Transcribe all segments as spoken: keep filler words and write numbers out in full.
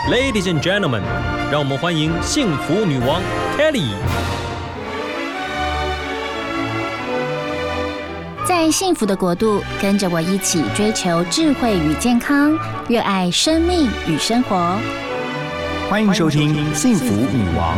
Ladies and gentlemen， 让我们欢迎幸福女王 Kelly。 在幸福的国度，跟着我一起追求智慧与健康，热爱生命与生活。 欢迎收听《幸福女王》。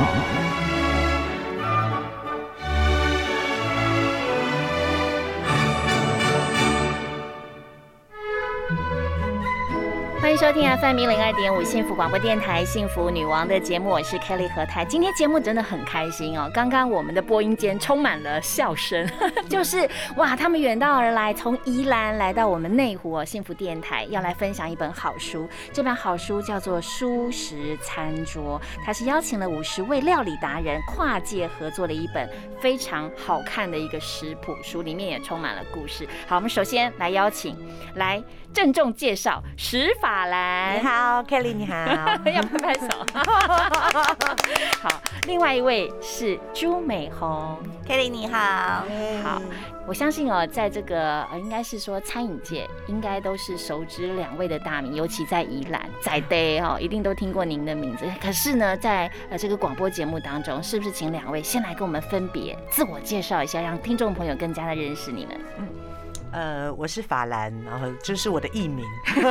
欢迎收听 F M 一零二点五幸福广播电台幸福女王的节目，我是 Kelly 何太。今天节目真的很开心哦，刚刚我们的播音间充满了笑声，就是哇，他们远道而来，从宜兰来到我们内湖哦，幸福电台要来分享一本好书。这本好书叫做《蔬食餐桌》，它是邀请了五十位料理达人跨界合作的一本非常好看的一个食谱书，里面也充满了故事。好，我们首先来邀请来郑重介绍石法兰。 你好 ，Kelly， 你好， 要拍拍手。好，另外一位是朱美红 ，Kelly 你好， 好，我相信哦，在这个呃，应该是说餐饮界，应该都是熟知两位的大名，尤其在宜兰在地哈，一定都听过您的名字。可是呢，在呃这个广播节目当中，是不是请两位先来跟我们分别自我介绍一下，让听众朋友更加的认识你们？嗯。 呃，我是法兰，然后这是我的艺名，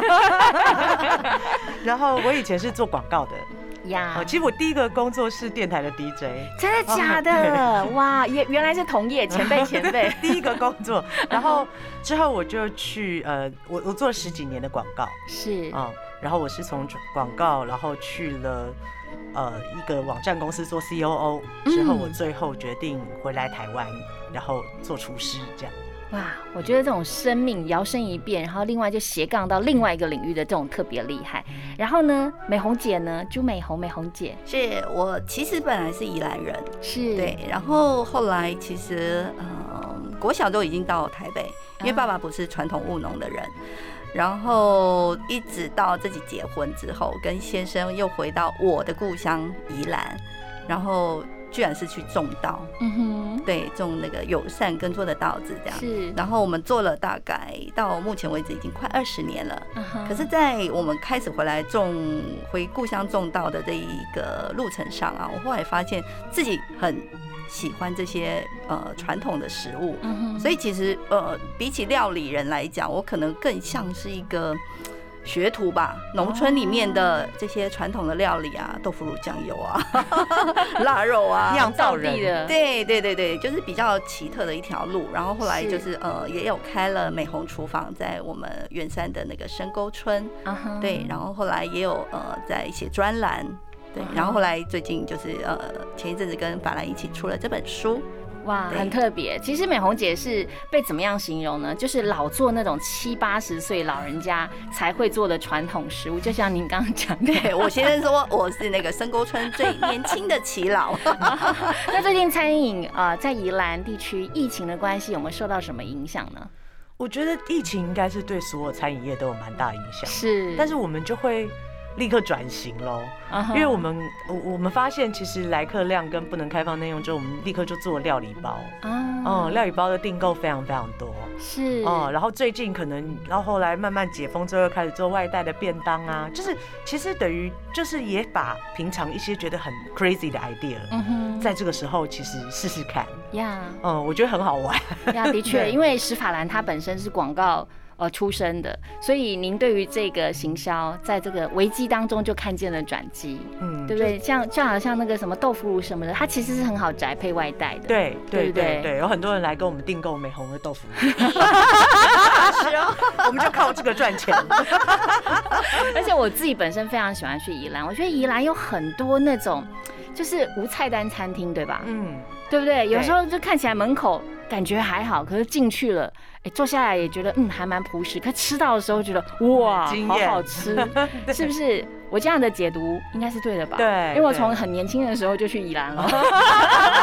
然后我以前是做广告的呀。其实我第一个工作是电台的 D J， 真的假的？哇，原原来是同业前辈前辈， 第一个工作。然后之后我就去呃，我我做了十几年的广告， 是嗯，然后我是从广告，然后去了呃一个网站公司做 C O O， 之后我最后决定回来台湾，然后做厨师这样。 哇，我觉得这种生命摇身一变，然后另外就斜杠到另外一个领域的这种特别厉害。然后呢，美红姐呢，朱美红，美红姐是我其实本来是宜兰人， 是对，然后后来其实呃国小都已经到台北，因为爸爸不是传统务农的人，然后一直到自己结婚之后，跟先生又回到我的故乡宜兰，然后居然是去种稻，嗯哼，对，种那个友善耕作的稻子这样。是，然后我们做了大概到目前为止已经快二十年了。Uh-huh. 可是，在我们开始回来种回故乡种稻的这一个路程上啊，我后来发现自己很喜欢这些呃传统的食物， uh-huh. 所以其实呃比起料理人来讲，我可能更像是一个学徒吧，农村里面的这些传统的料理啊，豆腐乳酱油啊，腊肉啊， 酿造人的，对对对对，就是比较奇特的一条路。然后后来就是呃，也有开了美红厨房，在我们圆山的那个深沟村， uh-huh. 对，然后后来也有呃在写专栏，对，然后后来最近就是呃前一阵子跟法兰一起出了这本书。 哇，很特别。其实美红姐是被怎么样形容呢？就是老做那种七八十岁老人家才会做的传统食物，就像您刚刚讲的。 对，我先生说我是那个深沟村最年轻的耆老。 那最近餐饮呃在宜兰地区疫情的关系，有没有受到什么影响呢？ 我觉得疫情应该是对所有餐饮业都有蛮大影响， 是， 但是我们就会立刻转型喽， uh-huh. 因为我们我们发现其实来客量跟不能开放内用之后，我们立刻就做料理包啊，嗯，料理包的订购非常非常多， 是哦、嗯，然后最近可能，然后后来慢慢解封之后，又开始做外带的便当啊，就是其实等于就是也把平常一些觉得很 crazy 的 idea， 嗯哼，在这个时候其实试试看呀， yeah. 嗯，我觉得很好玩呀， yeah, 的确，因为石法兰它本身是广告呃出身的，所以您对于这个行销，在这个危机当中就看见了转机，嗯，对不对？像就好像那个什么豆腐乳什么的，它其实是很好宅配外带的， 对对 对, 对, 对, 对，有很多人来跟我们订购美红的豆腐乳，是哦，我们就靠这个赚钱。 而且我自己本身非常喜欢去宜兰，我觉得宜兰有很多那种就是无菜单餐厅，对吧？嗯，对不对？有时候就看起来门口感觉还好，可是进去了，哎，坐下来也觉得嗯还蛮朴实，可吃到的时候觉得哇，好好吃，是不是？我这样的解读应该是对的吧？ 对， 因为我从很年轻的时候就去宜兰了。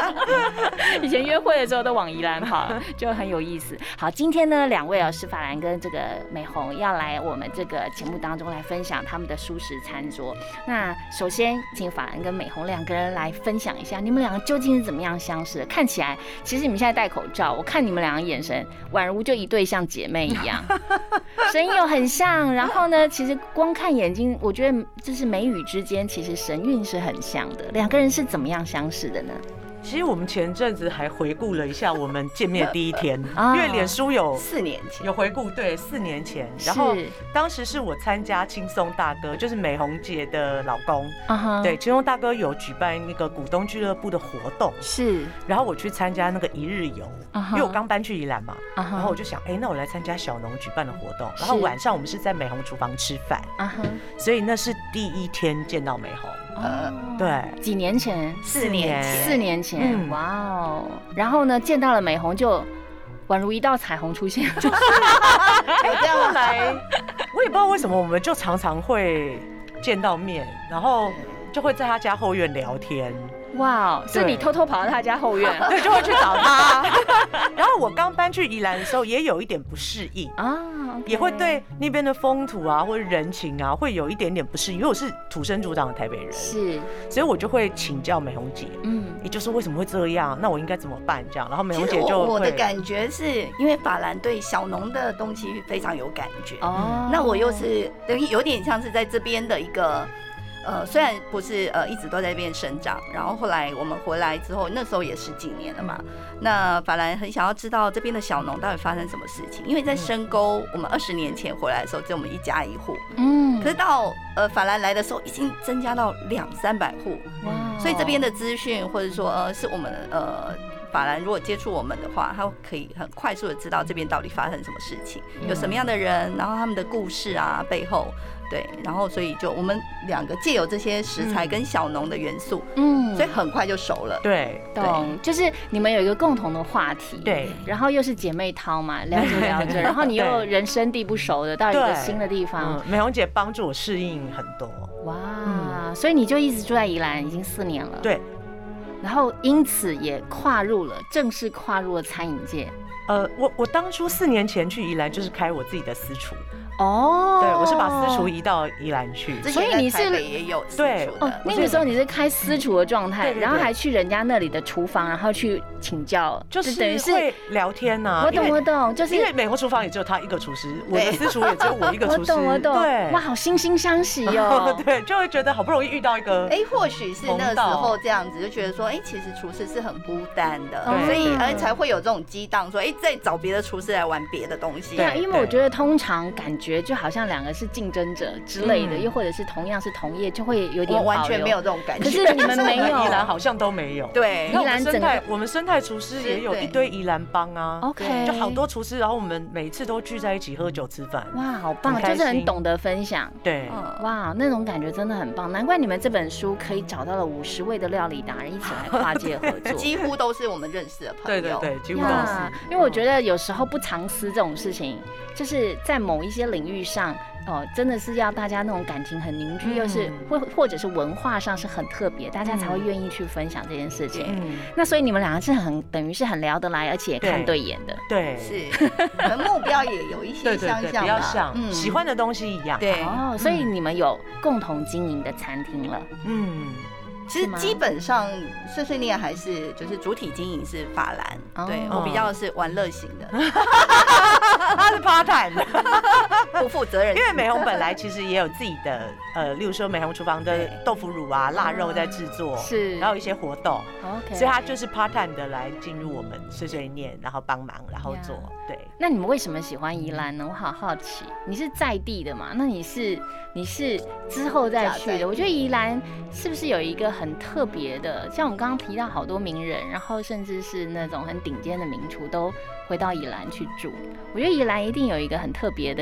以前约会的时候都往宜兰跑，就很有意思。好，今天呢，两位哦，施法兰跟这个美红要来我们这个节目当中来分享他们的蔬食餐桌。那首先，请法兰跟美红两个人来分享一下，你们两个究竟是怎么样相识的？看起来，其实你们现在戴口罩，我看你们两个眼神宛如就一对像姐妹一样，声音又很像。然后呢，其实光看眼睛，我觉得就是眉宇之间，其实神韵是很像的。两个人是怎么样相识的呢？ 其实我们前阵子还回顾了一下我们见面第一天，因为脸书有四年前有回顾，对，四年前，然后当时是我参加轻松大哥，就是美红姐的老公， uh-huh. 对，轻松大哥有举办那个股东俱乐部的活动， 是， 然后我去参加那个一日游， uh-huh. 因为我刚搬去宜兰嘛， uh-huh. 然后我就想，哎、欸，那我来参加小农举办的活动，然后晚上我们是在美红厨房吃饭， uh-huh. 所以那是第一天见到美红。 呃， 对， 几年前， 四年前， 四年前，哇哦！然后呢，见到了美红，就宛如一道彩虹出现。就是， 哎，这样后来，我也不知道为什么，我们就常常会见到面，然后就会在他家后院聊天。 哇哦！是你偷偷跑到他家后院， 对，就会去找他。然后我刚搬去宜兰的时候，也有一点不适应啊， okay. 也会对那边的风土啊或者人情啊，会有一点点不适应，因为我是土生土长的台北人， 是， 所以我就会请教美红姐，嗯，也就是为什么会这样，那我应该怎么办这样？然后美红姐就我的感觉是因为法兰对小农的东西非常有感觉，哦，那我又是等于有点像是在这边的一个。呃，虽然不是呃一直都在这边生长，然后后来我们回来之后，那时候也十几年了嘛。那法兰很想要知道这边的小农到底发生什么事情，因为在深沟，我们二十年前回来的时候，只有我们一家一户，嗯，可是到呃法兰来的时候，已经增加到两三百户，哇！所以这边的资讯或者说呃是我们呃。法兰如果接触我们的话，他可以很快速的知道这边到底发生什么事情，有什么样的人，然后他们的故事啊背后，对，然后所以就我们两个借由这些食材跟小农的元素，嗯，所以很快就熟了。 对， 懂，就是你们有一个共同的话题，对，然后又是姐妹淘嘛，聊着聊着，然后你又人生地不熟的到一个新的地方， 嗯，美红姐帮助我适应很多。 哇，嗯，所以你就一直住在宜兰已经四年了。 对。 然后因此也跨入了，正式跨入了餐饮界。 呃，我我当初四年前去宜兰就是开我自己的私厨。哦，对，我是把私厨移到宜兰去， 所以你是也有对哦， 那个时候你是开私厨的状态，然后还去人家那里的厨房，然后去请教， 就是等于是会聊天呐。 我懂我懂，就是因为美国厨房也只有他一个厨师，我的私厨也只有我一个厨师。 我懂我懂，对，哇，好惺惺相惜哦。 对，就会觉得好不容易遇到一个， 哎，或许是那时候这样子，就觉得说，哎，其实厨师是很孤单的，所以而才会有这种激荡，说，哎，再找别的厨师来玩别的东西。 对，因为我觉得通常感觉就好像两个是竞争者之类的，又或者是同样是同业，就会有点我完全没有这种感觉。 可是你们没有， 宜兰好像都没有。 对， 宜兰生态，我们生态厨师也有一堆宜兰帮啊。 OK， 就好多厨师，然后我们每次都聚在一起喝酒吃饭。 哇，好棒，就是很懂得分享。 对， 哇，那种感觉真的很棒，难怪你们这本书可以找到了五十位的料理达人一起来跨界合作， 几乎都是我们认识的朋友。 对对对，几乎都是。 因为我觉得有时候不藏私这种事情，就是在某一些领域上。哦，真的是要大家那种感情很凝聚，又是或或者是文化上是很特别，大家才会愿意去分享这件事情。嗯，那所以你们两个是很等于是很聊得来，而且看对眼的。 对， 是，可能目标也有一些相像， 比较像，喜欢的东西一样。 对， 哦，所以你们有共同经营的餐厅了。嗯。 其实基本上碎碎念还是就是主体经营是法兰，对我比较是玩乐型的， 他是 part time 的， 不负责任。 因为美红本来其实也有自己的呃，例如说美红厨房的豆腐乳啊、腊肉在制作，是，然后一些活动，所以他就是 part time 的来进入我们碎碎念，然后帮忙，然后做。对， 那你们为什么喜欢宜兰呢？我好好奇，你是在地的嘛？那你是你是之后再去的？我觉得宜兰是不是有一个很特别的，像我们刚刚提到好多名人，然后甚至是那种很顶尖的名厨都回到宜兰去住。我觉得宜兰一定有一个很特别的一个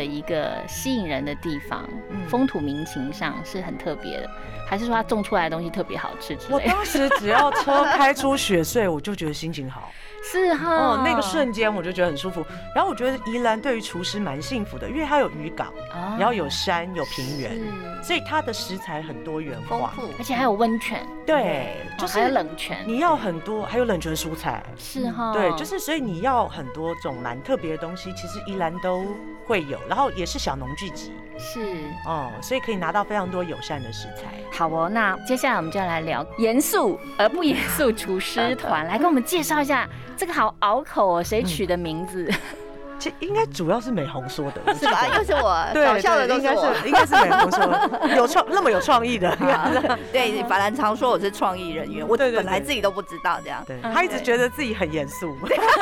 个吸引人的地方，风土民情上是很特别的，还是说它种出来的东西特别好吃之类的？ 我当时只要车开出雪隧，我就觉得心情好。 是哈， 哦，那个瞬间我就觉得很舒服。然后我觉得宜兰对于厨师蛮幸福的，因为它有渔港，哦、然后有山有平原，所以它的食材很多元化， 而且还有温泉， 对，就是还有冷泉， 你要很多，还有冷泉蔬菜， 是哈， 对，就是所以你要很多种蛮特别的东西，其实宜兰都会有，然后也是小农聚集， 是哦，所以可以拿到非常多友善的食材。 好哦，那接下来我们就来聊严肃而不严肃厨师团，来跟我们介绍一下这个好拗口哦，谁取的名字？嗯这应该主要是美红说的， 是吧？又是我，搞笑的都是我， 应该是美红说的，有创那么有创意的。 对，法兰常说我是创意人员，我本来自己都不知道这样。 对，他一直觉得自己很严肃。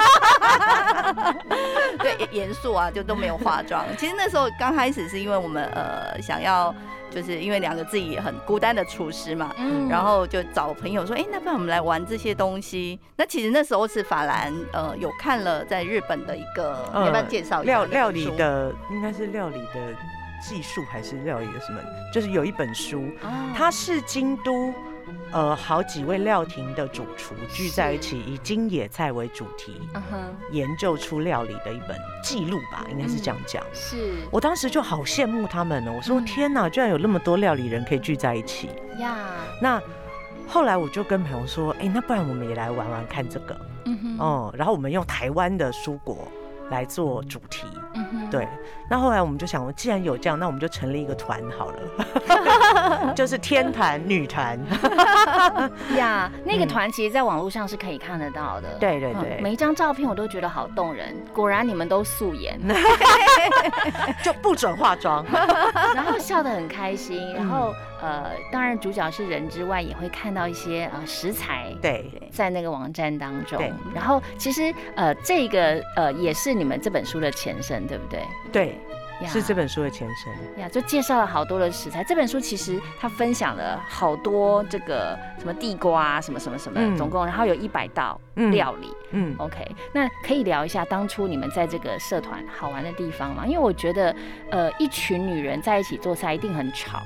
对，严肃啊，就都没有化妆。其实那时候刚开始是因为我们呃想要。就是因为两个自己很孤单的厨师嘛，嗯、然后就找朋友说，哎、欸，那不然我们来玩这些东西。那其实那时候是法兰呃有看了在日本的一个，嗯、要不要介绍一下料料理的，应该是料理的技术还是料理的什么？就是有一本书，哦、它是京都。呃，好几位料亭的主厨聚在一起，以京野菜为主题，研究出料理的一本记录吧，应该是这样讲。 嗯、是我当时就好羡慕他们呢，我说、嗯、天哪，居然有那么多料理人可以聚在一起呀！那后来我就跟朋友说，哎、欸，那不然我们也来玩玩看这个，嗯哼，哦、嗯，然后我们用台湾的蔬果来做主题，嗯哼，对。那后来我们就想，既然有这样，那我们就成立一个团好了，就是天团女团。 呀，那个团其实在网络上是可以看得到的。 对对对， 嗯、每一张照片我都觉得好动人。果然你们都素颜， 就不准化妆， 然后笑得很开心。然后呃，当然主角是人之外，也会看到一些呃食材， 对， 在那个网站当中。然后其实呃这个呃也是你们这本书的前身，对不对？ 对。是这本书的前身呀，就介绍了好多的食材。这本书其实它分享了好多这个什么地瓜什么什么什么，嗯、总共然后有一百道料理。嗯 ，OK， 那可以聊一下当初你们在这个社团好玩的地方吗？因为我觉得呃一群女人在一起做菜一定很吵，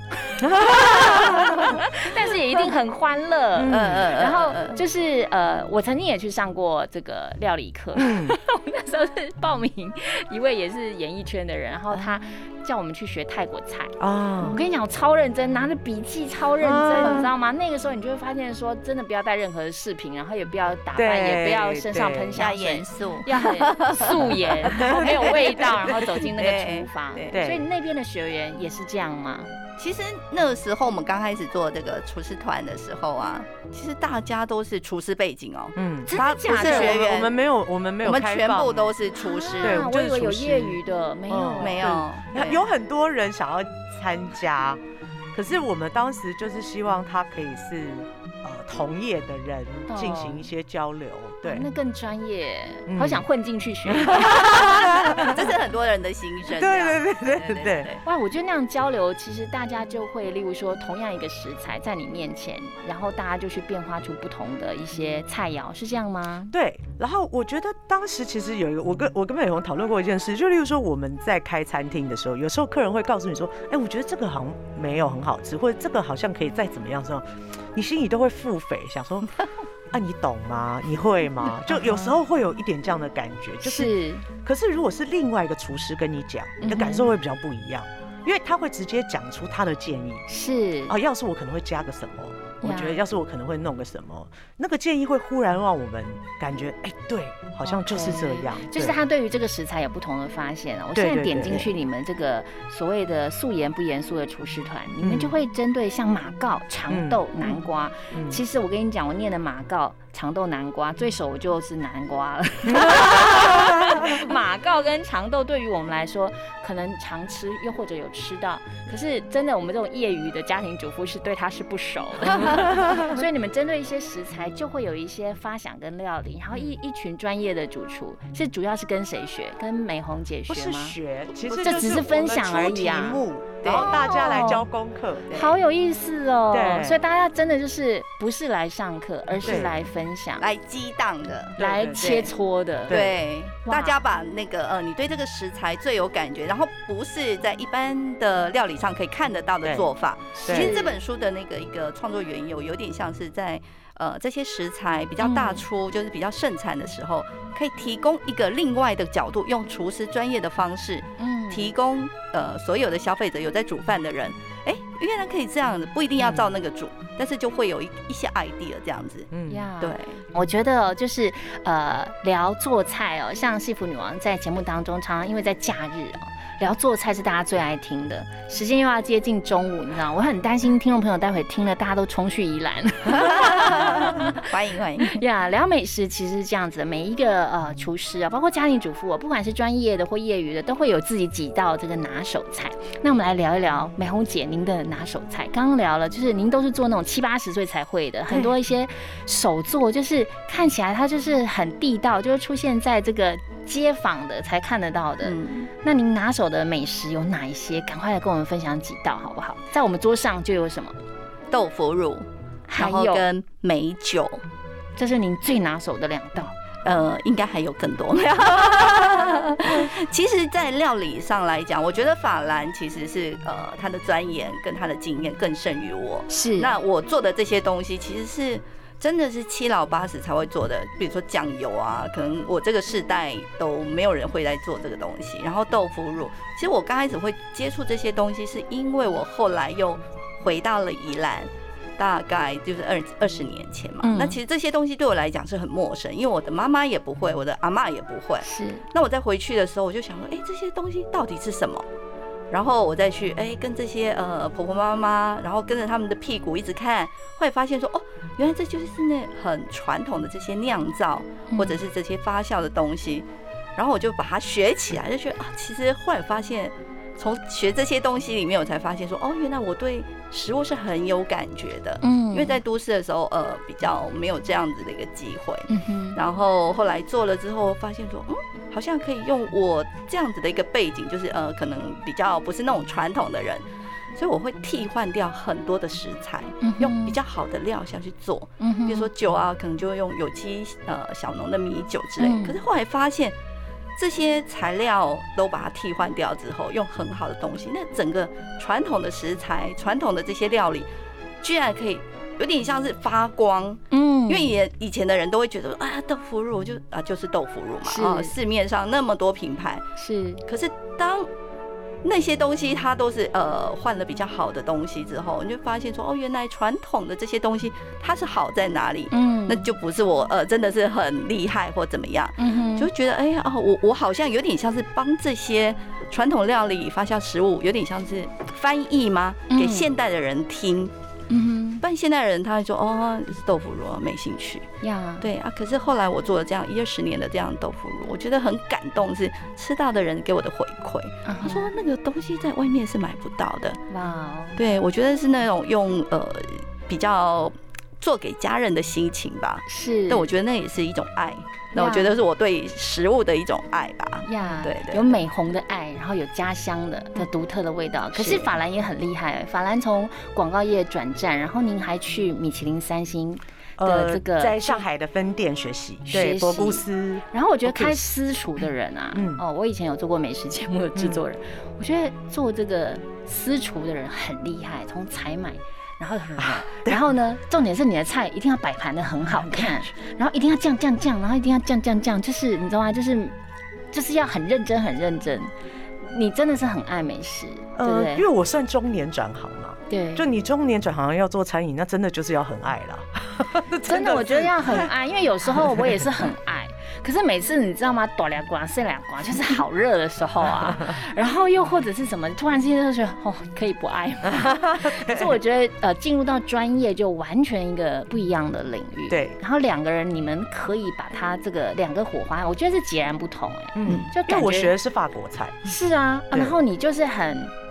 但是也一定很欢乐。嗯嗯，然后就是呃我曾经也去上过这个料理课，嗯、我那时候是报名一位也是演艺圈的人，然后他叫我们去学泰国菜啊！我跟你讲，我超认真，拿着笔记超认真，啊、你知道吗？那个时候你就会发现说，真的不要带任何的饰品，然后也不要打扮，也不要身上喷香水， 要严肃， 要很素颜，然后很有味道，然后走进那个厨房。所以那边的学员也是这样吗？ 其实那个时候我们刚开始做这个厨师团的时候啊，其实大家都是厨师背景哦。嗯， 他不是学员， 我们没有，我们没有， 我们全部都是厨师。 对，我以为有业余的，没有， 没有。 有很多人想要参加，可是我们当时就是希望他可以是呃同业的人进行一些交流。对， 那更专业，好想混进去学。 这是很多人的心声。 对对对对对对。 哇，我觉得那样交流，其实大家就会，例如说，同样一个食材在你面前，然后大家就去变化出不同的一些菜肴，是这样吗？ 对。然后我觉得当时其实有一个，我跟我跟美红讨论过一件事，就例如说我们在开餐厅的时候，有时候客人会告诉你说，哎，我觉得这个好像没有很好吃，或者这个好像可以再怎么样的时候，你心里都会腹诽，想说。啊，你懂吗？你会吗？就有时候会有一点这样的感觉，就是。是可是如果是另外一个厨师跟你讲，你的感受会比较不一样，因为他会直接讲出他的建议。 是啊，要是我可能会加个什么，我觉得要是我可能会弄个什么，那个建议会忽然让我们感觉，哎、欸，对，好像就是这样。 Okay, 就是他对于这个食材有不同的发现啊。我现在点进去你们这个所谓的素颜不严肃的厨师团，你们就会针对像马告、长豆、嗯、南瓜。嗯、其实我跟你讲，我念的马告。长豆南瓜最熟就是南瓜了，马告跟长豆对于我们来说可能常吃，又或者有吃到，可是真的我们这种业余的家庭主妇是对它是不熟的，所以你们针对一些食材就会有一些发想跟料理，然后一一群专业的主厨是主要是跟谁学？跟美红姐学吗？ 不是学，其实这只是分享而已啊。 然后大家来教功课， 好有意思哦。 对， 所以大家真的就是不是来上课，而是来分享、 来激荡的、 来切磋的。 对，大家把那个呃，你对这个食材最有感觉，然后不是在一般的料理上可以看得到的做法。其实这本书的那个一个创作缘由，有点像是在。呃，这些食材比较大出，就是比较盛产的时候，可以提供一个另外的角度，用厨师专业的方式，嗯，提供呃所有的消费者有在煮饭的人，哎，原来可以这样子，不一定要照那个煮，嗯、但是就会有一一些 idea 这样子，嗯，对， 我觉得就是呃聊做菜哦，像幸福女王在节目当中，常常因为在假日哦。聊做菜是大家最爱听的，时间又要接近中午，你知道，我很担心听众朋友待会听了，大家都冲去宜兰。 欢迎欢迎呀！ yeah, 聊美食其实是这样子的，每一个呃厨师啊，包括家庭主妇啊，不管是专业的或业余的，都会有自己几道这个拿手菜。那我们来聊一聊美红姐您的拿手菜。刚刚聊了，就是您都是做那种七八十岁才会的，很多一些手作，就是看起来它就是很地道，就是出现在这个。街坊的才看得到的，嗯、那您拿手的美食有哪一些？赶快来跟我们分享几道好不好？在我们桌上就有什么豆腐乳，然后跟美酒， 这是您最拿手的两道。 呃，应该还有更多。其实，在料理上来讲，我觉得法兰其实是呃他的钻研跟他的经验更胜于我。 是， 那我做的这些东西其实是。真的是七老八十才会做的，比如说酱油啊，可能我这个世代都没有人会来做这个东西。然后豆腐乳，其实我刚开始会接触这些东西，是因为我后来又回到了宜兰，大概就是二二十年前嘛。嗯、那其实这些东西对我来讲是很陌生，因为我的妈妈也不会，我的阿嬷也不会。 是。 那我再回去的时候，我就想说，哎、欸，这些东西到底是什么？然后我再去哎、欸、跟这些呃婆婆妈妈，然后跟着他们的屁股一直看，会发现说哦，原来这就是那很传统的这些酿造或者是这些发酵的东西，然后我就把它学起来，就觉得啊，其实后来发现从学这些东西里面，我才发现说哦，原来我对食物是很有感觉的，嗯，因为在都市的时候呃比较没有这样子的一个机会，嗯哼，然后后来做了之后发现说嗯。好像可以用我这样子的一个背景，就是呃，可能比较不是那种传统的人，所以我会替换掉很多的食材，嗯、用比较好的料下去做。嗯、比如说酒啊，可能就会用有机呃小农的米酒之类。嗯、可是后来发现这些材料都把它替换掉之后，用很好的东西，那整个传统的食材、传统的这些料理，居然可以。有点像是发光，嗯，因为以以前的人都会觉得啊，豆腐乳就啊就是豆腐乳嘛，啊，市面上那么多品牌是， 可是当那些东西它都是呃换了比较好的东西之后，你就发现说哦，原来传统的这些东西它是好在哪里，嗯，那就不是我呃真的是很厉害或怎么样，嗯，就觉得哎呀，我我好像有点像是帮这些传统料理发酵食物，有点像是翻译吗？给现代的人听。嗯，不然现代人他会说哦，是豆腐乳，没兴趣呀。对啊，可是后来我做了这样一二十年的这样的豆腐乳，我觉得很感动，是吃到的人给我的回馈。Uh-huh. 他说那个东西在外面是买不到的。哇、wow. 对，我觉得是那种用呃比较做给家人的心情吧。是，但我觉得那也是一种爱。那我觉得是我对食物的一种爱吧。呀、yeah, ，对对， 有美红的爱，然后有家乡的的独特的味道。可是法兰也很厉害，法兰从广告业转战，然后您还去米其林三星的这个、呃、 在上海的分店学习，对，博古斯。 然后我觉得开私厨的人啊，嗯、哦，我以前有做过美食节目的制作人，嗯、我觉得做这个私厨的人很厉害，从采买。然后，然后呢？重点是你的菜一定要摆盘的很好看，然后一定要酱酱酱，然后一定要酱酱酱，就是你知道吗？就是就是要很认真，很认真。你真的是很爱美食，对不对？ 因为我算中年转行嘛， 对， 就你中年转行要做餐饮，那真的就是要很爱啦。 真的，我觉得要很爱，因为有时候我也是很爱。可是每次你知道吗？大两瓜、四两瓜，就是好热的时候啊，然后又或者是什么，突然之间就觉得哦，可以不爱吗？可是我觉得呃，进入到专业就完全一个不一样的领域。 对， 然后两个人你们可以把它这个两个火花，我觉得是截然不同哎、欸。嗯，就感觉因为我学的是法国菜。 是啊，然后你就是很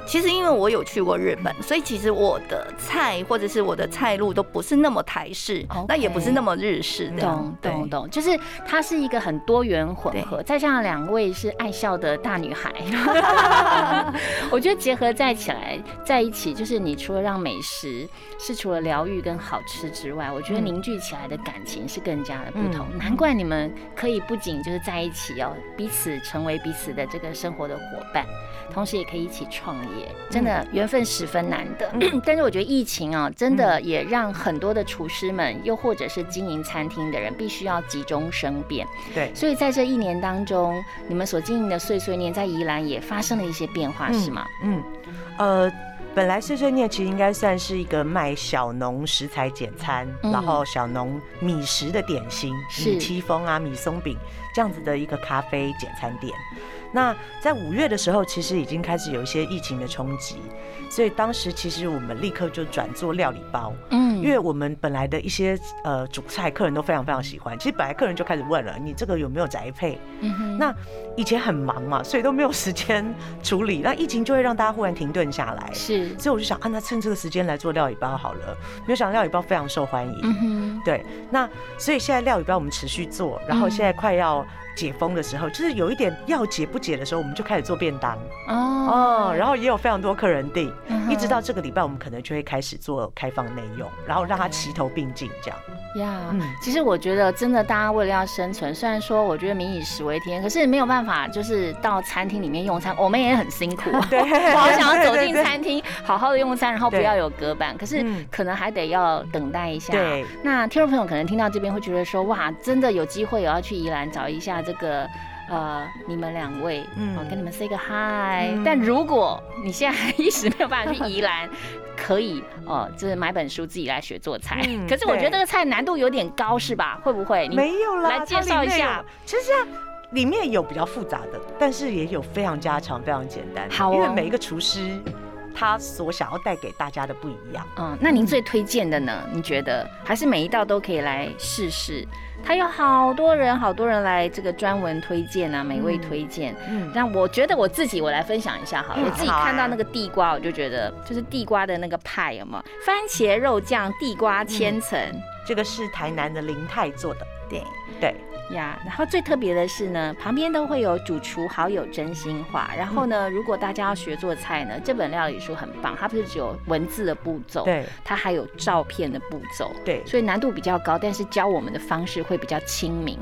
其实因为我有去过日本，所以其实我的菜或者是我的菜路都不是那么台式， okay, 那也不是那么日式的。 懂懂懂，就是它是一个很多元混合，再加上两位是爱笑的大女孩，我觉得结合在起来在一起，就是你除了让美食是除了疗愈跟好吃之外，我觉得凝聚起来的感情是更加的不同。嗯、难怪你们可以不仅就是在一起哦，彼此成为彼此的这个生活的伙伴，同时也可以一起创业，真的缘分十分难得。嗯、但是我觉得疫情啊，真的也让很多的厨师们，又或者是经营餐厅的人，必须要急中生变。 对， 所以在这一年当中，你们所经营的碎碎念在宜兰也发生了一些变化，嗯、是吗？ 嗯，呃。本来碎碎念其实应该算是一个卖小农食材简餐，嗯、然后小农米食的点心，米戚风啊、米松饼这样子的一个咖啡简餐店。那在五月的时候，其实已经开始有一些疫情的冲击，所以当时其实我们立刻就转做料理包，嗯，因为我们本来的一些呃主菜客人都非常非常喜欢，其实本来客人就开始问了，你这个有没有宅配？嗯哼，那以前很忙嘛，所以都没有时间处理，那疫情就会让大家忽然停顿下来， 是， 所以我就想啊，那趁这个时间来做料理包好了，没有想到料理包非常受欢迎，嗯哼，对，那所以现在料理包我们持续做，然后现在快要解封的时候，就是有一点要解不解的时候，我们就开始做便当哦，哦，然后也有非常多客人订，嗯、一直到这个礼拜，我们可能就会开始做开放内用，然后让它齐头并进这样。 呀、yeah, 嗯，其实我觉得真的，大家为了要生存，虽然说我觉得民以食为天，可是没有办法，就是到餐厅里面用餐，我们也很辛苦。对，我好想要走进餐厅，好好的用餐，然后不要有隔板，可是可能还得要等待一下。对，那听众朋友可能听到这边会觉得说，哇，真的有机会，我要去宜兰找一下这个。呃，你们两位，嗯，跟你们 say 个 hi、嗯。但如果你现在还一时没有办法去宜兰，可以哦、呃，就是买本书自己来学做菜。嗯、可是我觉得这个菜难度有点高，是吧？会不会？ 没有啦， 来介绍一下。 其实里面有比较复杂的，但是也有非常家常、非常简单的。 好、哦， 因为每一个厨师他所想要带给大家的不一样。 嗯，那您最推荐的呢？你觉得还是每一道都可以来试试？他有好多人，好多人来这个专文推荐啊，美味推荐。嗯，那我觉得我自己我来分享一下好了。嗯、我自己看到那个地瓜，我就觉得就是地瓜的那个派有没有？番茄肉酱地瓜千层、嗯， 这个是台南的林泰做的。 对对。 呀，然后最特别的是呢，旁边都会有主厨好友真心话。然后呢，如果大家要学做菜呢，这本料理书很棒，它不是只有文字的步骤，对，它还有照片的步骤，对，所以难度比较高，但是教我们的方式会比较亲民。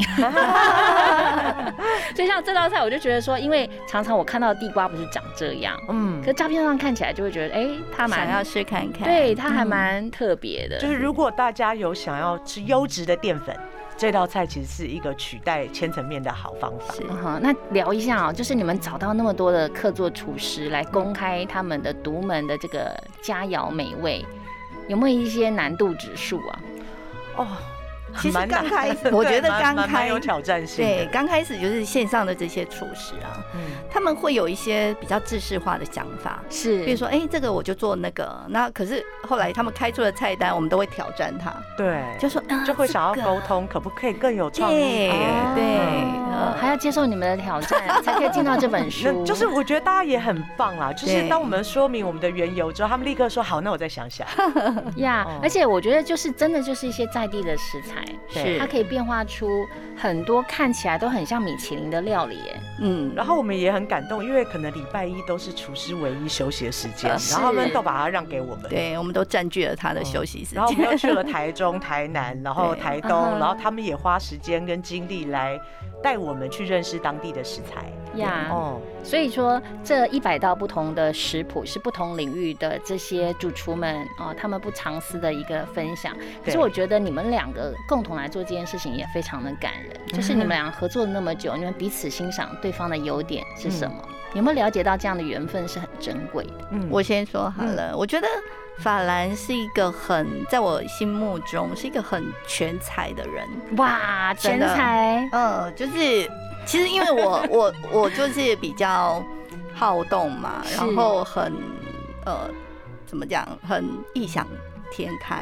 所以像这道菜，我就觉得说，因为常常我看到的地瓜不是长这样，嗯，可照片上看起来就会觉得，哎、欸，它蛮想要试看看， 对，它还蛮特别的、 嗯。就是如果大家有想要吃优质的淀粉。这道菜其实是一个取代千层面的好方法。 是，嗯、那聊一下哦，就是你们找到那么多的客座厨师来公开他们的独门的这个佳肴美味，有没有一些难度指数啊？ 哦。 其实刚开始，我觉得刚开有挑战性。 对，刚开始就是线上的这些厨师啊，嗯，他们会有一些比较制式化的想法， 是， 比如说，哎、欸，这个我就做那个，那可是后来他们开出的菜单，我们都会挑战他， 对， 就说、啊、 就会想要沟通，可不可以更有创意？ 对，对、 呃，还要接受你们的挑战，才可以进到这本书。 就是我觉得大家也很棒啦，就是当我们说明我们的缘由之后，他们立刻说好，那我再想想。 呀， yeah, 而且我觉得就是真的就是一些在地的食材，是它可以。可以变化出很多看起来都很像米其林的料理耶， 嗯，然后我们也很感动，因为可能礼拜一都是厨师唯一休息的时间，然后他们都把它让给我们， 对，我们都占据了他的休息时间， 然后我们又去了台中、台南，然后台东，然后他们也花时间跟精力来带我们去认识当地的食材呀，哦，所以说这一百道不同的食谱是不同领域的这些主厨们哦，他们不藏私的一个分享。可是我觉得你们两个共同来做这件事情也非常的感人，就是你们俩合作了那么久，你们彼此欣赏对方的优点是什么？嗯、有没有了解到这样的缘分是很珍贵的？ 嗯，我先说好了，嗯、我觉得法兰是一个很，在我心目中是一个很全才的人。 哇，全才， 嗯，就是其实因为我我我就是比较好动嘛，然后很呃怎么讲，很异想天开。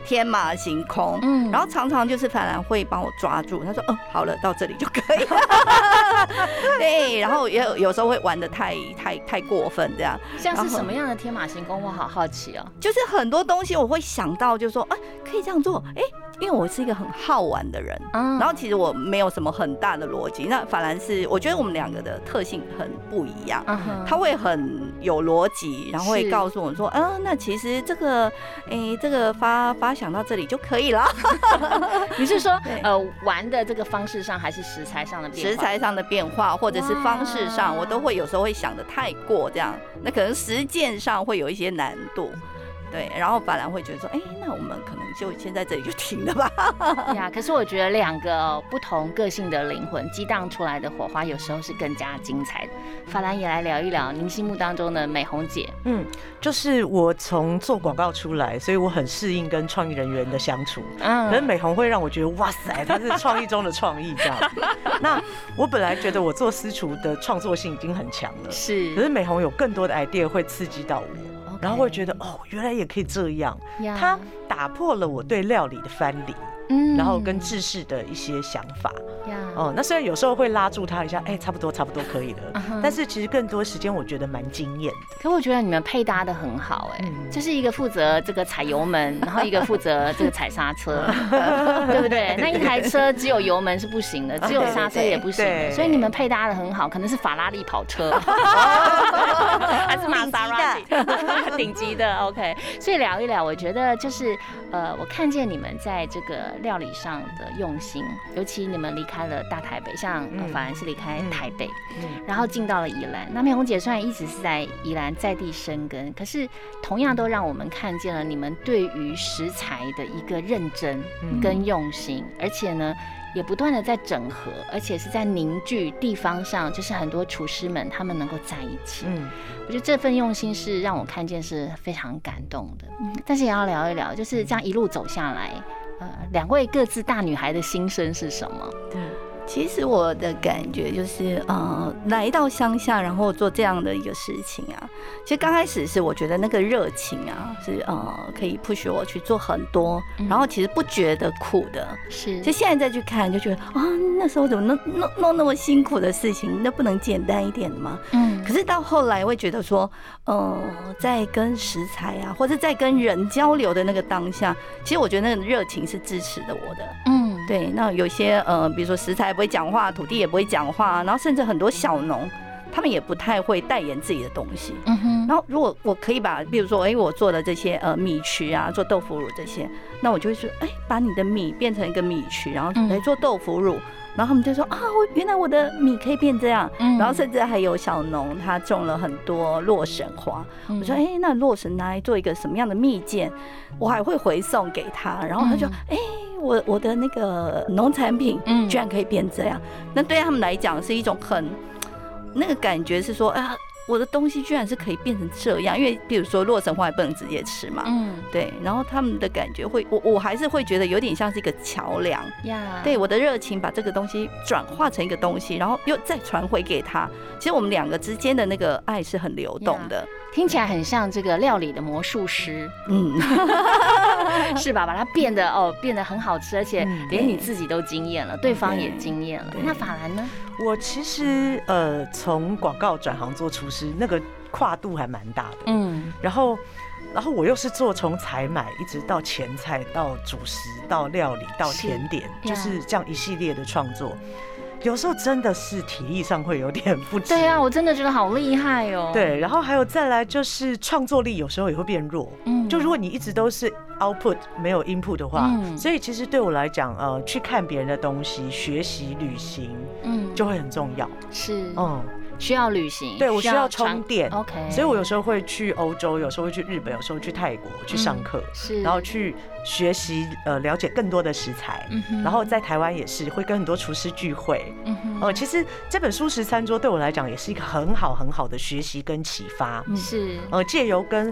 天马行空，嗯，然后常常就是法兰会帮我抓住，他说，嗯，好了，到这里就可以了。对，然后也有有时候会玩得太太太过分这样。 像是什么样的天马行空？我好好奇哦。 就是很多东西我会想到，就说，啊，可以这样做，哎、欸。因为我是一个很好玩的人，嗯，然后其实我没有什么很大的逻辑。那法兰是，我觉得我们两个的特性很不一样，嗯，他会很有逻辑，然后会告诉我说，嗯、呃，那其实这个，哎、欸，这个发发想到这里就可以了。 你是说，呃，玩的这个方式上，还是食材上的变化？ 食材上的变化，或者是方式上，我都会有时候会想得太过这样，那可能实践上会有一些难度。对，然后法兰会觉得说，哎、欸，那我们可能就先在这里就停了吧。 呀，可是我觉得两个不同个性的灵魂激荡出来的火花，有时候是更加精彩的。法兰也来聊一聊您心目当中的美红姐。 嗯，就是我从做广告出来，所以我很适应跟创意人员的相处。嗯，可是美红会让我觉得，哇塞，她是创意中的创意这样。那我本来觉得我做私厨的创作性已经很强了， 是， 可是美红有更多的 idea 会刺激到我。然后会觉得哦，原来也可以这样。它打破了我对料理的藩篱，嗯，然后跟制式的一些想法。哦，那虽然有时候会拉住他一下，哎、欸，差不多，差不多可以了。Uh-huh. 但是其实更多时间，我觉得蛮惊艳的。 可我觉得你们配搭的很好、欸，哎、嗯，就是一个负责这个踩油门，然后一个负责这个踩刹车，对不对？那一台车只有油门是不行的，只有刹车也不行的，所以你们配搭的很好，可能是法拉利跑车，还是玛莎拉蒂顶级的 ，OK。所以聊一聊，我觉得就是呃，我看见你们在这个料理上的用心，尤其你们离开了大台北，像呃法兰是离开台北，然后进到了宜兰。那美红姐虽然一直是在宜兰在地生根，可是同样都让我们看见了你们对于食材的一个认真跟用心，而且呢也不断的在整合，而且是在凝聚地方上，就是很多厨师们他们能够在一起。嗯，我觉得这份用心是让我看见是非常感动的。但是也要聊一聊，就是这样一路走下来，呃，两位各自大女孩的心声是什么？ 对。其实我的感觉就是，呃，来到乡下，然后做这样的一个事情啊。其实刚开始是我觉得那个热情啊，是呃可以 push 我去做很多，然后其实不觉得苦的。是，就现在再去看，就觉得啊，那时候怎么弄弄弄那么辛苦的事情，那不能简单一点的吗？嗯。可是到后来会觉得说，呃，在跟食材啊，或者在跟人交流的那个当下，其实我觉得那个热情是支持的我的。嗯。对，那有些呃，比如说食材不会讲话，土地也不会讲话，然后甚至很多小农，他们也不太会代言自己的东西。嗯哼。然后如果我可以把，比如说，哎、欸，我做的这些呃米曲啊，做豆腐乳这些，那我就会说，哎、欸，把你的米变成一个米曲，然后来做豆腐乳。然后他们就说啊，原来我的米可以变这样。嗯、然后甚至还有小农他种了很多洛神花，嗯、我说哎、欸，那洛神拿来做一个什么样的蜜饯，我还会回送给他。然后他就哎、欸，我我的那个农产品居然可以变这样，嗯、那对他们来讲是一种很那个感觉是说啊。我的东西居然是可以变成这样，因为比如说洛神花也不能直接吃嘛，嗯，对，然后他们的感觉会，我我还是会觉得有点像是一个桥梁，呀，对，我的热情把这个东西转化成一个东西，然后又再传回给他，其实我们两个之间的那个爱是很流动的， 听起来很像这个料理的魔术师，嗯，是吧？把它变得哦变得很好吃，而且连你自己都惊艳了，对方也惊艳了。那法兰呢？ 我其实呃从广告转行做厨师，那个跨度还蛮大的。嗯，然后然后我又是做从采买一直到前菜到主食到料理到甜点，是就是这样一系列的创作。有时候真的是体力上会有点不支。 对啊，我真的觉得好厉害哦。 对，然后还有再来就是创作力有时候也会变弱。嗯，就如果你一直都是 output 没有 input 的话，嗯，所以其实对我来讲，呃，去看别人的东西、学习、旅行，嗯，就会很重要。 是，嗯。需要旅行， 对我需要充电 ，OK， 所以我有时候会去欧洲，有时候会去日本，有时候去泰国去上课，嗯，是，然后去学习呃了解更多的食材，嗯，然后在台湾也是会跟很多厨师聚会，嗯呃，其实这本蔬食餐桌对我来讲也是一个很好很好的学习跟启发，是，呃，借由跟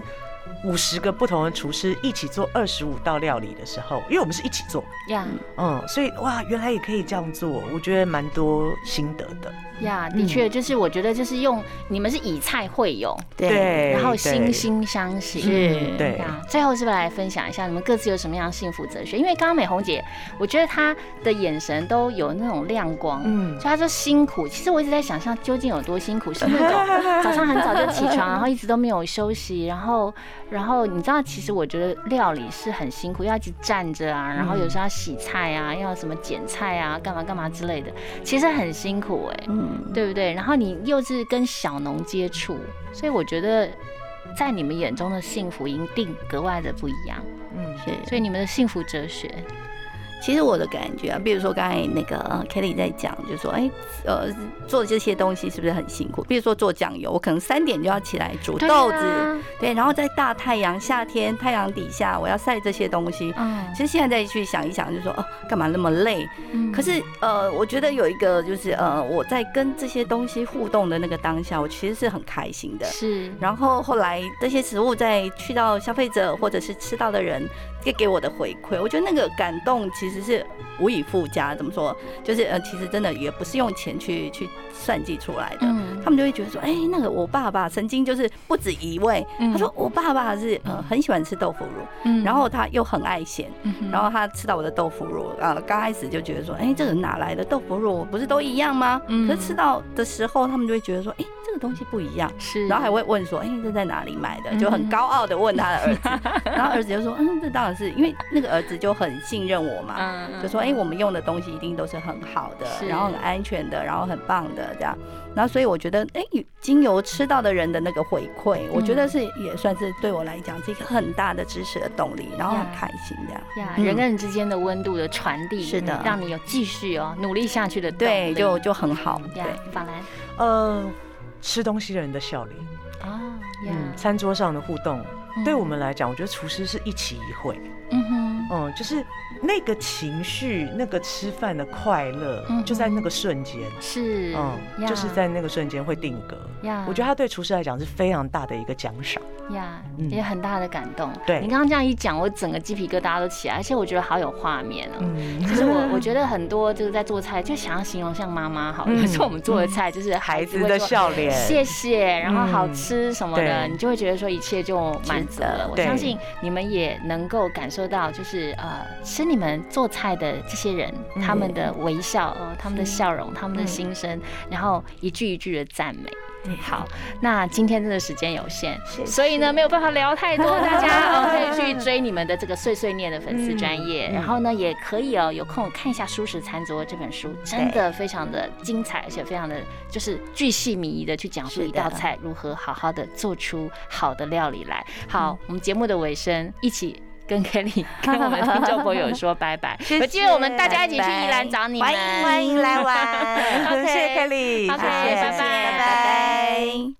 五十个不同的厨师一起做二十五道料理的时候，因为我们是一起做呀， 嗯，所以哇，原来也可以这样做，我觉得蛮多心得的。 呀，的确，就是我觉得就是用你们是以菜会友， 对， 然后惺惺相惜， 是，对。 最后是不是来分享一下你们各自有什么样的幸福哲学？因为刚刚美红姐，我觉得她的眼神都有那种亮光，嗯，就她说辛苦。其实我一直在想象究竟有多辛苦，是那种早上很早就起床，然后一直都没有休息，然后然后你知道，其实我觉得料理是很辛苦，要一直站着啊，然后有时候要洗菜啊，要什么剪菜啊，干嘛干嘛之类的，其实很辛苦哎、欸。嗯，对不对？然后你又是跟小农接触，所以我觉得在你们眼中的幸福一定格外的不一样。嗯，是。所以你们的幸福哲学， 其实我的感觉啊，比如说刚才那个 Kelly 在讲，就说哎，呃，做这些东西是不是很辛苦？比如说做酱油，我可能三点就要起来煮豆子， 对,、啊、对，然后在大太阳夏天太阳底下，我要晒这些东西。嗯，其实现在再去想一想，就说哦，干嘛那么累？嗯，可是呃，我觉得有一个就是呃，我在跟这些东西互动的那个当下，我其实是很开心的。 是。 然后后来这些食物再去到消费者或者是吃到的人给给我的回馈，我觉得那个感动其实是无以复加。怎么说？就是呃，其实真的也不是用钱去去算计出来的。嗯，他们就会觉得说，哎、欸，那个我爸爸曾经就是不止一位，嗯、他说我爸爸是呃很喜欢吃豆腐乳，嗯，然后他又很爱咸，嗯，然后他吃到我的豆腐乳，呃，刚开始就觉得说，哎、欸，这个哪来的豆腐乳？不是都一样吗？嗯，可是吃到的时候，他们就会觉得说，哎、欸，这个东西不一样，是，然后还会问说，哎、欸，这在哪里买的？就很高傲的问他的儿子，然后儿子就说，嗯，这当然是因为那个儿子就很信任我嘛，就说，哎、欸，我们用的东西一定都是很好的，然后很安全的，然后很棒的这样。然后所以我觉得，哎、欸，经由吃到的人的那个回馈，我觉得是也算是对我来讲是一个很大的支持的动力，然后很开心这样。 呀，人跟人之间的温度的传递，是的，让你有继续哦努力下去的动力， 对，就就很好。对， 法兰， 呃，吃东西的人的笑脸啊，嗯，餐桌上的互动，对我们来讲，我觉得厨师是一期一会。嗯哼，嗯，就是那个情绪，那个吃饭的快乐，嗯、就在那个瞬间， 是， 嗯，就是在那个瞬间会定格。呀，我觉得他对厨师来讲是非常大的一个奖赏。 呀，嗯、也很大的感动。 对， 你刚刚这样一讲，我整个鸡皮疙瘩都起来，而且我觉得好有画面哦。嗯，就是我我觉得很多就是在做菜，就想要形容像妈妈好了，可是、嗯、我们做的菜就是孩子的笑脸， 谢谢，然后好吃什么的，嗯、你就会觉得说一切就满足了。我相信你们也能够感受到，就是呃，吃你们做菜的这些人，嗯、他们的微笑，呃，他们的笑容，他们的心声，嗯、然后一句一句的赞美。好，那今天真的时间有限，所以呢没有办法聊太多，大家哦可以去追你们的这个碎碎念的粉丝专页，嗯、然后呢也可以哦有空看一下《蔬食餐桌》这本书，真的非常的精彩，而且非常的就是巨细靡遗的去讲述一道菜如何好好的做出好的料理来。好，我们节目的尾声，一起跟 Kelly 跟我们听众朋友说拜拜，有机会我们大家一起去宜兰找你们， 欢迎欢迎来玩。 谢谢 Kelly， OK， 拜拜拜拜。